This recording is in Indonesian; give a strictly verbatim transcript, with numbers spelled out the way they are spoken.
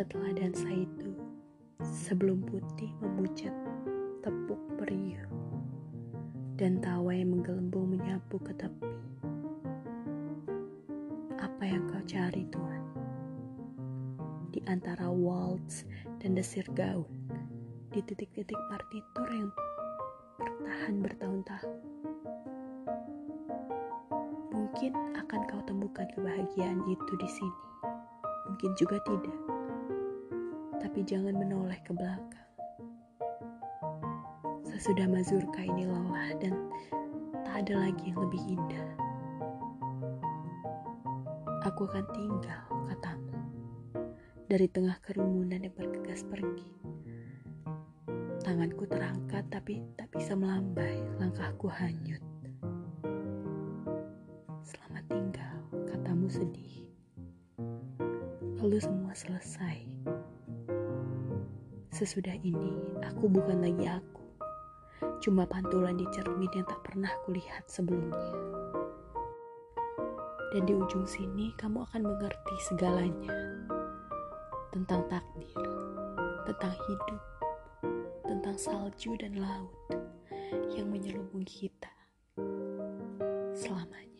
setelah dansa itu, sebelum putih memucat tepuk periuk, dan tawa yang menggelembung menyapu ke tepi. Apa yang kau cari, Tuhan? Di antara waltz dan desir gaun, di titik-titik partitur yang bertahan bertahun-tahun. Mungkin akan kau temukan kebahagiaan itu di sini. Mungkin juga tidak. Tapi jangan menoleh ke belakang. Sesudah mazurka ini lelah dan tak ada lagi yang lebih indah. Aku akan tinggal, katamu, dari tengah kerumunan yang bergegas pergi. Tanganku terangkat tapi tak bisa melambai, langkahku hanyut. Selamat tinggal, katamu sedih. Lalu semua selesai. Sesudah ini, aku bukan lagi aku. Cuma pantulan di cermin yang tak pernah kulihat sebelumnya. Dan di ujung sini, kamu akan mengerti segalanya. Tentang takdir, tentang hidup, tentang salju dan laut yang menyelubungi kita selamanya.